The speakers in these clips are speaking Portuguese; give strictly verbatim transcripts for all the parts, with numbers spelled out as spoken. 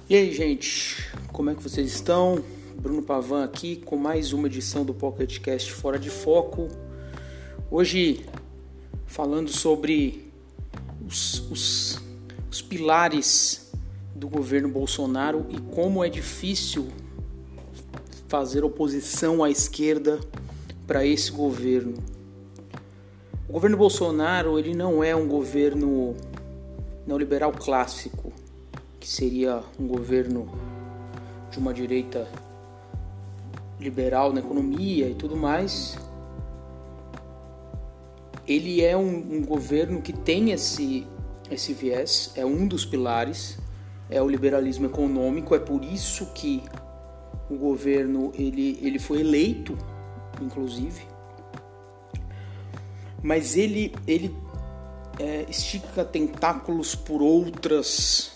E aí, gente, como é que vocês estão? Bruno Pavan aqui com mais uma edição do PocketCast Fora de Foco. Hoje falando sobre os, os, os pilares do governo Bolsonaro e como é difícil fazer oposição à esquerda para esse governo. O governo Bolsonaro ele não é um governo neoliberal clássico, que seria um governo de uma direita liberal na economia e tudo mais. Ele é um, um governo que tem esse, esse viés, é um dos pilares, é o liberalismo econômico, é por isso que o governo ele, ele foi eleito, inclusive, mas ele, ele é, estica tentáculos por outras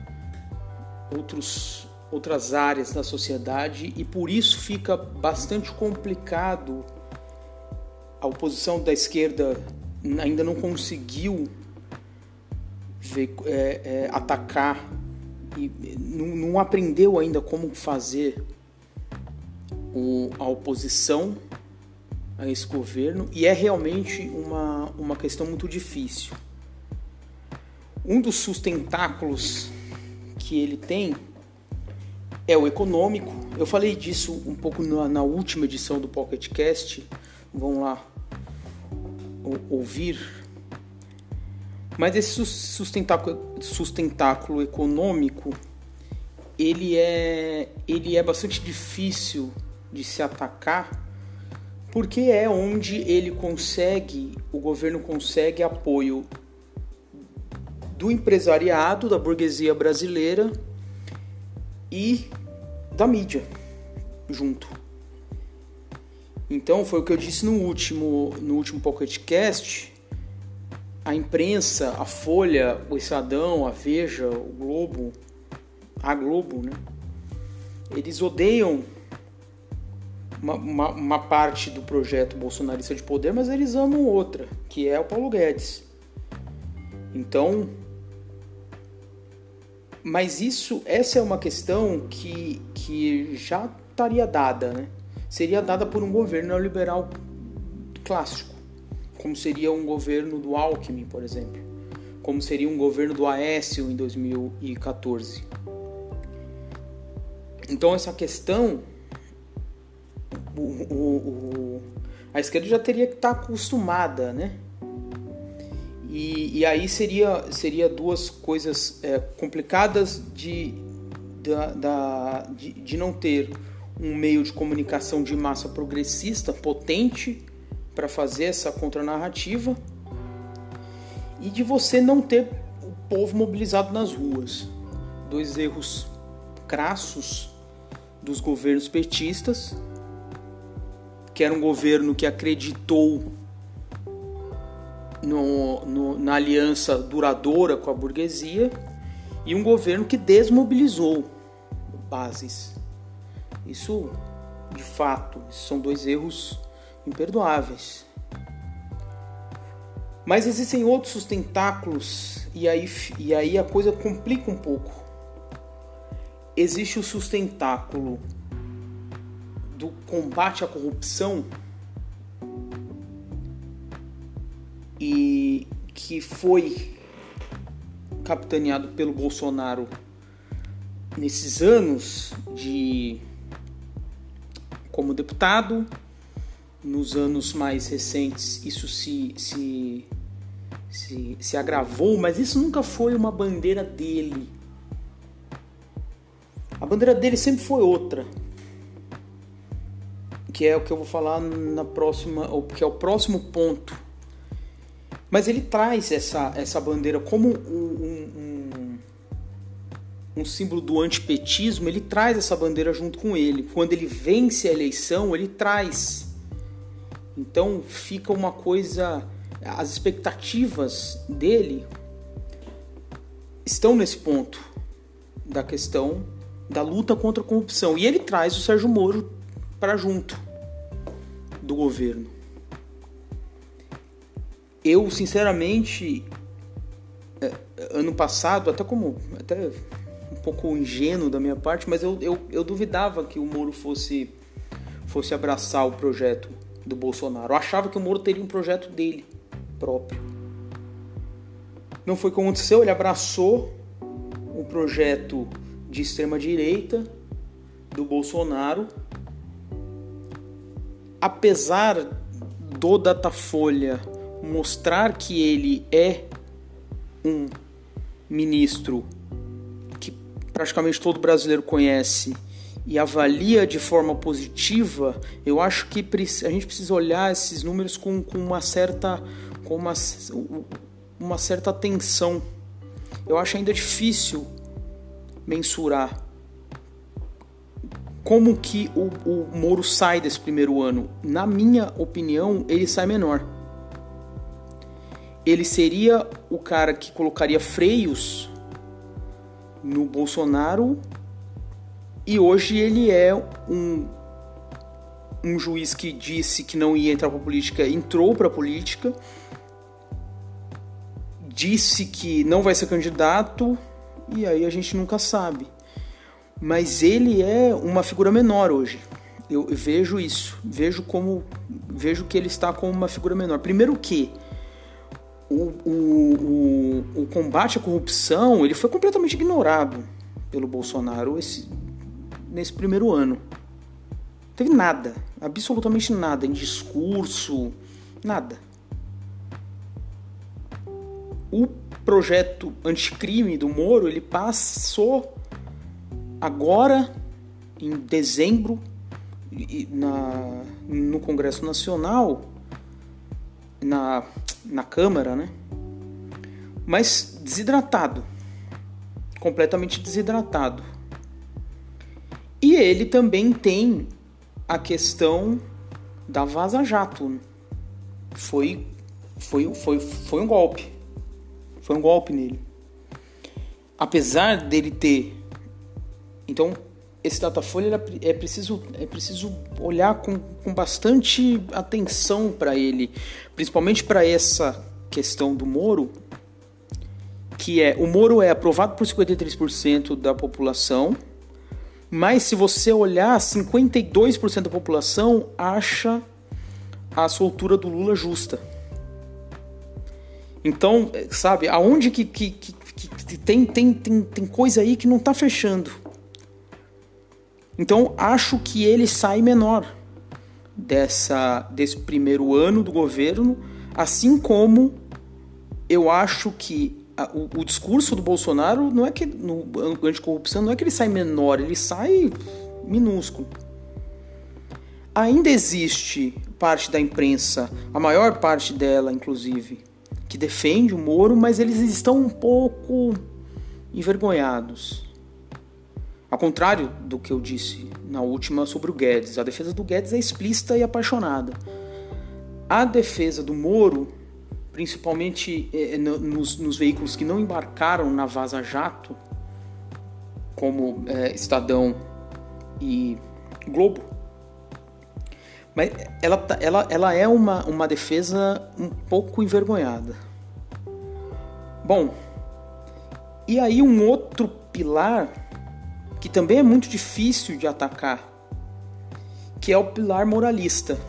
Outros, outras áreas da sociedade e por isso fica bastante complicado. A oposição da esquerda ainda não conseguiu ver, é, é, atacar e não, não aprendeu ainda como fazer o, a oposição a esse governo, e é realmente uma, uma questão muito difícil. Um dos sustentáculos que ele tem é o econômico. Eu falei disso um pouco na, na última edição do PocketCast, vão lá ou, ouvir. Mas esse sustentáculo, sustentáculo econômico ele é, ele é bastante difícil de se atacar, porque é onde ele consegue, o governo consegue apoio do empresariado, da burguesia brasileira e da mídia junto. Então foi o que eu disse no último, no último PocketCast. A imprensa, a Folha, o Estadão, a Veja, o Globo, a Globo, né? Eles odeiam uma, uma, uma parte do projeto bolsonarista de poder, mas eles amam outra, que é o Paulo Guedes. Então, mas isso, essa é uma questão que, que já estaria dada, né? Seria dada por um governo neoliberal clássico, como seria um governo do Alckmin, por exemplo, como seria um governo do Aécio em dois mil e catorze. Então essa questão, o, o, o, a esquerda já teria que estar acostumada, né? E, e aí seria, seria duas coisas é, complicadas de, da, da, de, de não ter um meio de comunicação de massa progressista potente para fazer essa contranarrativa, e de você não ter o povo mobilizado nas ruas. Dois erros crassos dos governos petistas, que era um governo que acreditou No, no, na aliança duradoura com a burguesia, e um governo que desmobilizou bases. Isso, de fato, são dois erros imperdoáveis. Mas existem outros sustentáculos, e aí, e aí a coisa complica um pouco. Existe o sustentáculo do combate à corrupção, e que foi capitaneado pelo Bolsonaro nesses anos de como deputado. Nos anos mais recentes isso se, se, se, se agravou, mas isso nunca foi uma bandeira dele. A bandeira dele sempre foi outra, que é o que eu vou falar na próxima, ou que é o próximo ponto. Mas ele traz essa, essa bandeira como um, um, um símbolo do antipetismo. Ele traz essa bandeira junto com ele. Quando ele vence a eleição, ele traz. Então fica uma coisa... As expectativas dele estão nesse ponto da questão da luta contra a corrupção. E ele traz o Sérgio Moro para junto do governo. Eu, sinceramente, ano passado, até como até um pouco ingênuo da minha parte, mas eu, eu, eu duvidava que o Moro fosse, fosse abraçar o projeto do Bolsonaro. Eu achava que o Moro teria um projeto dele próprio. Não foi o que aconteceu, ele abraçou o projeto de extrema-direita do Bolsonaro. Apesar do Datafolha mostrar que ele é um ministro que praticamente todo brasileiro conhece e avalia de forma positiva, eu acho que a gente precisa olhar esses números com, com uma certa com uma, uma certa atenção. Eu acho ainda difícil mensurar como que o, o Moro sai desse primeiro ano. Na minha opinião, ele sai menor. Ele seria o cara que colocaria freios no Bolsonaro, e hoje ele é um, um juiz que disse que não ia entrar para a política, entrou para a política, disse que não vai ser candidato, e aí a gente nunca sabe. Mas ele é uma figura menor hoje. Eu vejo isso, vejo como vejo que ele está como uma figura menor. Primeiro que o, o, o, o combate à corrupção ele foi completamente ignorado pelo Bolsonaro esse, nesse primeiro ano. Não teve nada, absolutamente nada, em discurso, nada. O projeto anticrime do Moro, ele passou agora, em dezembro, na, no Congresso Nacional, na, na Câmara, né? Mas desidratado, completamente desidratado. E ele também tem a questão da Vaza Jato. Foi, foi, foi, foi um golpe. Foi um golpe nele. Apesar dele ter... Então, esse Datafolha é preciso, é preciso olhar com, com bastante atenção para ele, principalmente para essa questão do Moro, que é, o Moro é aprovado por cinquenta e três por cento da população, mas se você olhar, cinquenta e dois por cento da população acha a soltura do Lula justa. Então, sabe, aonde que, que, que, que tem, tem, tem, tem coisa aí que não está fechando. Então, acho que ele sai menor dessa, desse primeiro ano do governo, assim como eu acho que a, o, o discurso do Bolsonaro não é que no anticorrupção não é que ele sai menor, ele sai minúsculo. Ainda existe parte da imprensa, a maior parte dela, inclusive, que defende o Moro, mas eles estão um pouco envergonhados. Ao contrário do que eu disse na última sobre o Guedes, a defesa do Guedes é explícita e apaixonada. A defesa do Moro, principalmente eh, nos, nos veículos que não embarcaram na Vaza Jato, como eh, Estadão e Globo, mas ela, ela, ela é uma, uma defesa um pouco envergonhada. Bom, e aí um outro pilar que também é muito difícil de atacar, que é o pilar moralista.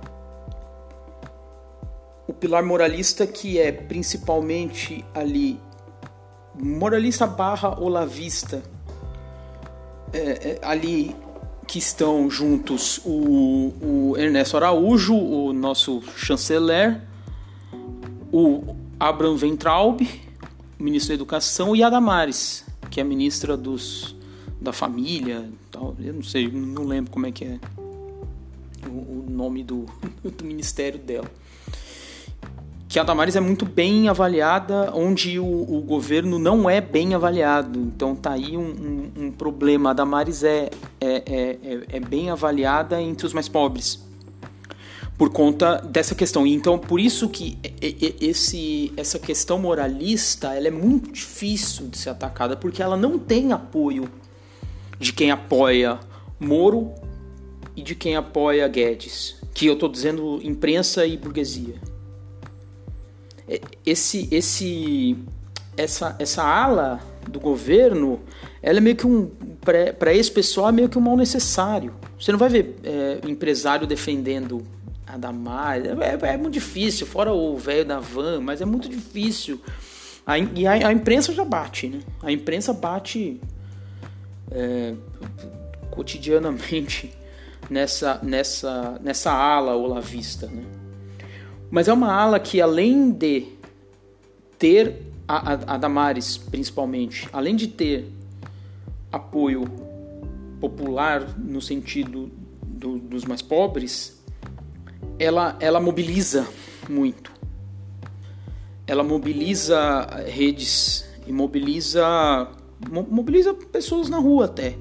O pilar moralista que é principalmente ali, moralista barra olavista, é, é, ali que estão juntos o, o Ernesto Araújo, o nosso chanceler, o Abraham Weintraub, ministro da Educação, e a Damares, que é a ministra dos... da família, tal, eu não sei, não lembro como é que é o, o nome do, do ministério dela. Que a Damares é muito bem avaliada, onde o, o governo não é bem avaliado. Então tá aí um, um, um problema. A Damares é, é, é, é bem avaliada entre os mais pobres, por conta dessa questão. Então, por isso que esse, essa questão moralista ela é muito difícil de ser atacada, porque ela não tem apoio de quem apoia Moro e de quem apoia Guedes, que eu estou dizendo imprensa e burguesia. Esse, esse, essa, essa ala do governo, ela é meio que um, para esse pessoal, é meio que um mal necessário. Você não vai ver é, empresário defendendo a Damares, é, é, é muito difícil, fora o velho da van, mas é muito difícil. A, e a, a imprensa já bate, né? A imprensa bate é, cotidianamente nessa, nessa, nessa ala olavista, né? Mas é uma ala que, além de ter a, a, a Damares, principalmente, além de ter apoio popular no sentido do, dos mais pobres, ela, ela mobiliza muito. Ela mobiliza redes e mobiliza, mobiliza pessoas na rua até.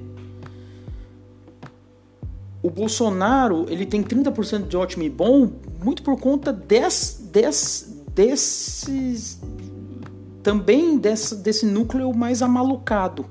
O Bolsonaro, ele tem trinta por cento de ótimo e bom muito por conta des, des, desses... também desse, desse núcleo mais amalucado.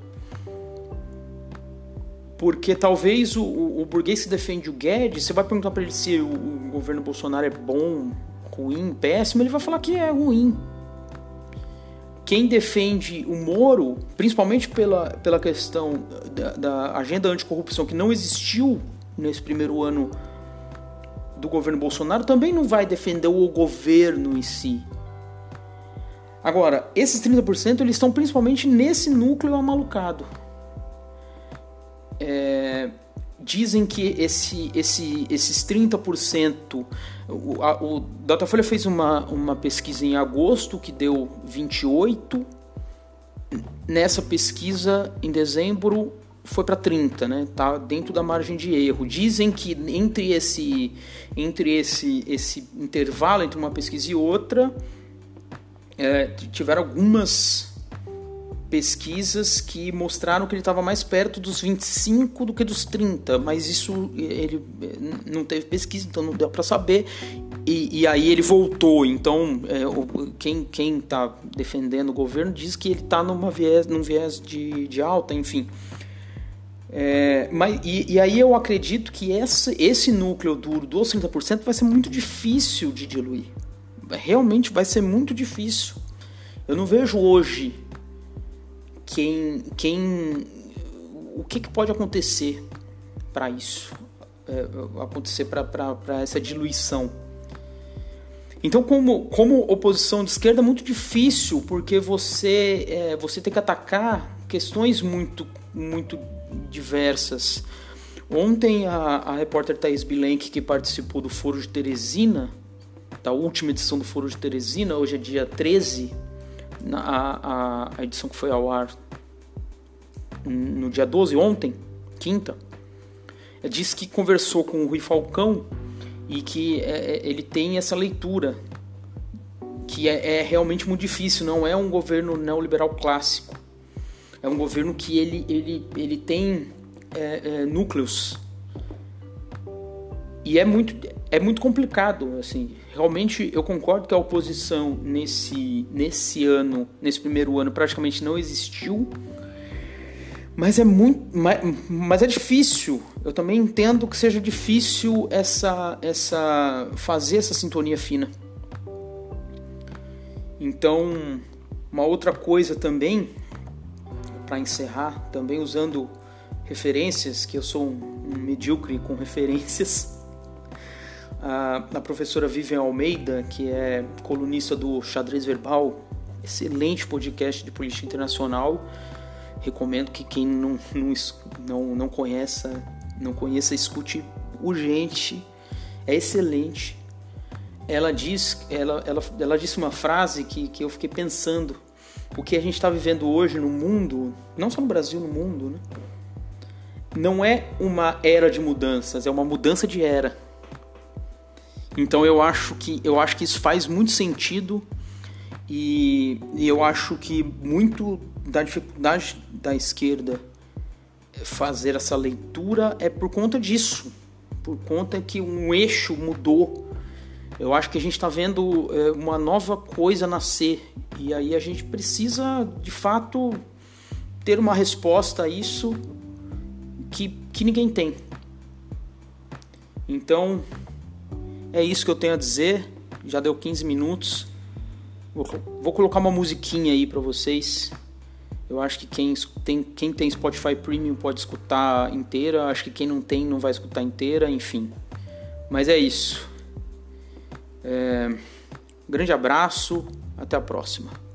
Porque talvez o, o, o burguês que defende o Guedes, você vai perguntar para ele se o, o governo Bolsonaro é bom, ruim, péssimo, ele vai falar que é ruim. Quem defende o Moro, principalmente pela, pela questão da, da agenda anticorrupção que não existiu nesse primeiro ano do governo Bolsonaro, também não vai defender o governo em si. Agora, esses trinta por cento eles estão principalmente nesse núcleo amalucado. É, dizem que esse, esse, esses trinta por cento... O, a, o Datafolha fez uma, uma pesquisa em agosto que deu vinte e oito. Nessa pesquisa, em dezembro, foi para trinta, né? Tá dentro da margem de erro. Dizem que entre esse, entre esse, esse intervalo entre uma pesquisa e outra, é, tiveram algumas pesquisas que mostraram que ele estava mais perto dos vinte e cinco do que dos trinta, mas isso ele não teve pesquisa, então não deu para saber, e, e aí ele voltou. Então é, o, quem quem está defendendo o governo diz que ele está numa viés, num viés de, de alta, enfim. É, mas, e, e aí eu acredito que essa, esse núcleo duro dos trinta por cento vai ser muito difícil de diluir. Realmente vai ser muito difícil. Eu não vejo hoje quem, quem o que, que pode acontecer para isso, é, acontecer para essa diluição. Então, como, como oposição de esquerda é muito difícil, porque você, é, você tem que atacar questões muito, muito diversas. Ontem a, a repórter Thaís Bilenque, que participou do Foro de Teresina, da última edição do Foro de Teresina, hoje é dia treze, na, a, a edição que foi ao ar no dia doze, ontem, quinta, disse que conversou com o Rui Falcão e que é, ele tem essa leitura, que é, é realmente muito difícil, não é um governo neoliberal clássico, é um governo que ele, ele, ele tem é, é, núcleos, e é muito, é muito complicado, assim. Realmente eu concordo que a oposição nesse, nesse ano, nesse primeiro ano, praticamente não existiu, mas é muito, mas, mas é difícil. Eu também entendo que seja difícil essa, essa, fazer essa sintonia fina. Então, uma outra coisa também, para encerrar, também usando referências, que eu sou um, um medíocre com referências. A, a professora Vivian Almeida, que é colunista do Xadrez Verbal, excelente podcast de política internacional, recomendo que quem não, não, não, não, conheça, não conheça, escute urgente, é excelente. Ela, diz, ela, ela, ela disse uma frase que, que eu fiquei pensando, o que a gente está vivendo hoje no mundo, não só no Brasil, no mundo, né? Não é uma era de mudanças, é uma mudança de era. Então eu acho que, eu acho que isso faz muito sentido, e, e eu acho que muito da dificuldade da esquerda fazer essa leitura é por conta disso, por conta que um eixo mudou. Eu acho que a gente está vendo é, uma nova coisa nascer, e aí a gente precisa de fato ter uma resposta a isso que, que ninguém tem. Então é isso que eu tenho a dizer. Já deu quinze minutos. Vou, vou colocar uma musiquinha aí para vocês. Eu acho que quem tem, quem tem Spotify Premium pode escutar inteira. Acho que quem não tem não vai escutar inteira, enfim. Mas é isso. É... Grande abraço, até a próxima.